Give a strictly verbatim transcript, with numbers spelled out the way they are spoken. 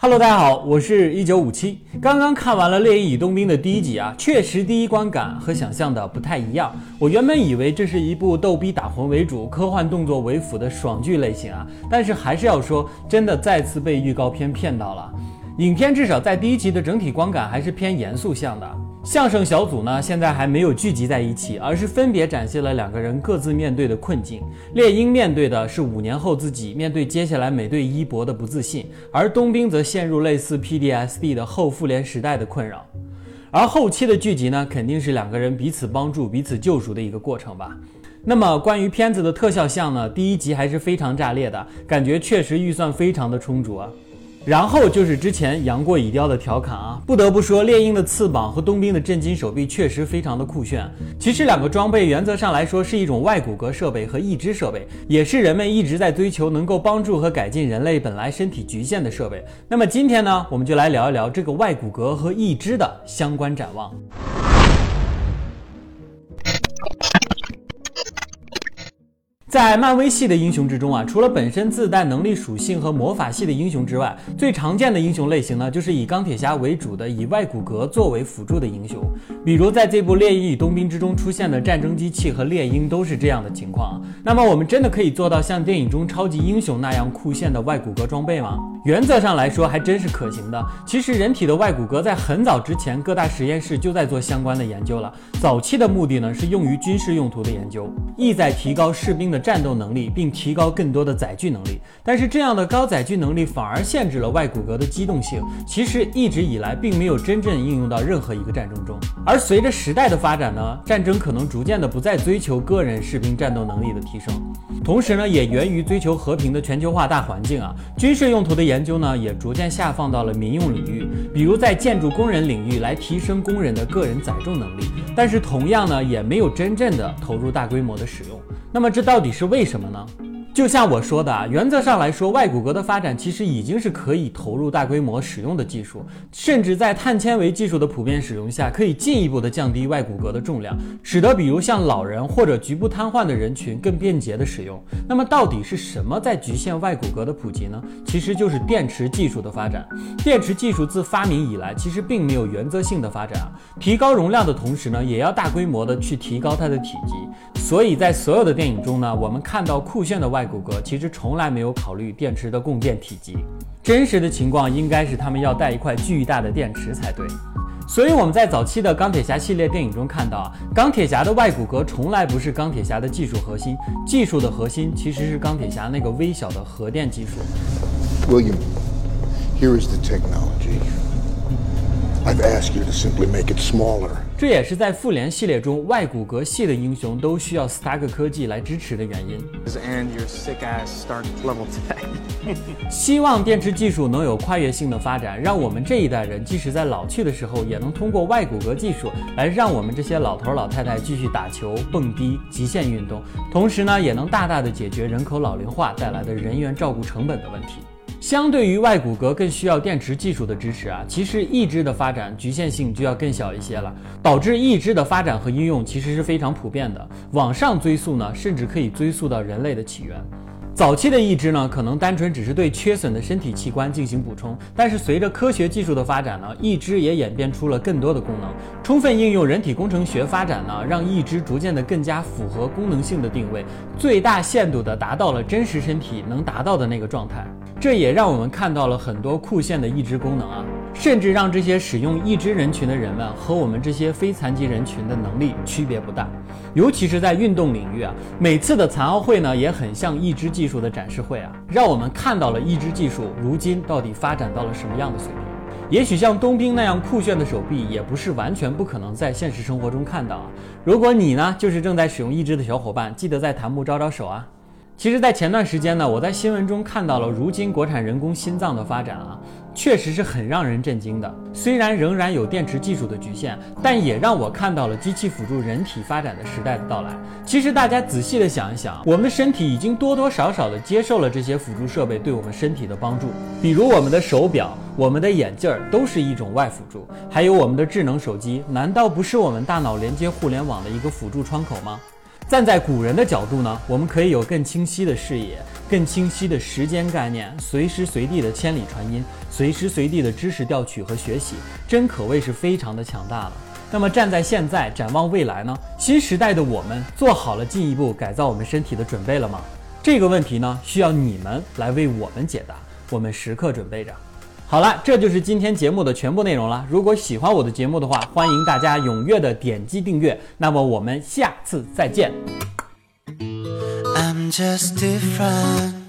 Hello， 大家好，我是一九五七。刚刚看完了《猎鹰与冬兵》的第一集啊，确实第一观感和想象的不太一样。我原本以为这是一部逗逼打魂为主、科幻动作为辅的爽剧类型啊，但是还是要说，真的再次被预告片骗到了。影片至少在第一集的整体观感还是偏严肃向的。相声小组呢，现在还没有聚集在一起，而是分别展现了两个人各自面对的困境。猎鹰面对的是五年后自己面对接下来美队一搏的不自信，而冬兵则陷入类似 P T S D 的后复联时代的困扰。而后期的剧集呢，肯定是两个人彼此帮助、彼此救赎的一个过程吧。那么关于片子的特效项呢，第一集还是非常炸裂的，感觉确实预算非常的充足啊。然后就是之前杨过已雕的调侃啊，不得不说猎鹰的翅膀和冬兵的震惊手臂确实非常的酷炫。其实两个装备原则上来说是一种外骨骼设备和义肢设备，也是人们一直在追求能够帮助和改进人类本来身体局限的设备。那么今天呢，我们就来聊一聊这个外骨骼和义肢的相关展望。在漫威系的英雄之中啊，除了本身自带能力属性和魔法系的英雄之外，最常见的英雄类型呢，就是以钢铁侠为主的以外骨骼作为辅助的英雄。比如在这部猎鹰与冬兵之中出现的战争机器和猎鹰都是这样的情况啊。那么我们真的可以做到像电影中超级英雄那样酷炫的外骨骼装备吗？原则上来说还真是可行的。其实人体的外骨骼在很早之前各大实验室就在做相关的研究了，早期的目的呢是用于军事用途的研究，意在提高士兵的战斗能力，并提高更多的载具能力。但是这样的高载具能力反而限制了外骨骼的机动性，其实一直以来并没有真正应用到任何一个战争中。而随着时代的发展呢，战争可能逐渐的不再追求个人士兵战斗能力的提升，同时呢也源于追求和平的全球化大环境啊，军事用途的研究呢也逐渐下放到了民用领域，比如在建筑工人领域来提升工人的个人载重能力，但是同样呢也没有真正的投入大规模的使用。那么这到底是为什么呢？就像我说的啊，原则上来说，外骨骼的发展其实已经是可以投入大规模使用的技术，甚至在碳纤维技术的普遍使用下，可以进一步的降低外骨骼的重量，使得比如像老人或者局部瘫痪的人群更便捷的使用。那么到底是什么在局限外骨骼的普及呢？其实就是电池技术的发展。电池技术自发明以来，其实并没有原则性的发展啊，提高容量的同时呢，也要大规模的去提高它的体积。所以在所有的电影中呢，我们看到酷炫的外骨骼其实从来没有考虑电池的供电体积，真实的情况应该是他们要带一块巨大的电池才对。所以我们在早期的钢铁侠系列电影中看到啊，钢铁侠的外骨骼从来不是钢铁侠的技术核心，技术的核心其实是钢铁侠那个微小的核电技术。 William, here is the technology. I've asked you to simply make it smaller. 这也是在复联系列中外骨骼系的英雄都需要 Stark 科技来支持的原因。 And your sick ass Stark level today. 希望电池技术能有跨越性的发展，让我们这一代人即使在老去的时候，也能通过外骨骼技术来让我们这些老头老太太继续打球、蹦迪、极限运动，同时呢，也能大大的解决人口老龄化带来的人员照顾成本的问题。相对于外骨骼更需要电池技术的支持啊，其实义肢的发展局限性就要更小一些了，导致义肢的发展和应用其实是非常普遍的。往上追溯呢，甚至可以追溯到人类的起源。早期的义肢呢，可能单纯只是对缺损的身体器官进行补充，但是随着科学技术的发展呢，义肢也演变出了更多的功能。充分应用人体工程学发展呢，让义肢逐渐的更加符合功能性的定位，最大限度的达到了真实身体能达到的那个状态。这也让我们看到了很多酷炫的义肢功能啊，甚至让这些使用义肢人群的人们和我们这些非残疾人群的能力区别不大。尤其是在运动领域啊，每次的残奥会呢也很像义肢技术的展示会啊，让我们看到了义肢技术如今到底发展到了什么样的水平。也许像冬兵那样酷炫的手臂也不是完全不可能在现实生活中看到啊。如果你呢就是正在使用义肢的小伙伴，记得在弹幕招招手啊。其实在前段时间呢，我在新闻中看到了如今国产人工心脏的发展啊，确实是很让人震惊的。虽然仍然有电池技术的局限，但也让我看到了机器辅助人体发展的时代的到来。其实大家仔细的想一想，我们的身体已经多多少少的接受了这些辅助设备对我们身体的帮助，比如我们的手表、我们的眼镜都是一种外辅助，还有我们的智能手机，难道不是我们大脑连接互联网的一个辅助窗口吗？ 站在古人的角度呢，我们可以有更清晰的视野，更清晰的时间概念，随时随地的千里传音，随时随地的知识调取和学习，真可谓是非常的强大了。那么站在现在展望未来呢，新时代的我们做好了进一步改造我们身体的准备了吗？这个问题呢，需要你们来为我们解答，我们时刻准备着。好了，这就是今天节目的全部内容了。如果喜欢我的节目的话，欢迎大家踊跃的点击订阅。那么我们下次再见。I'm just different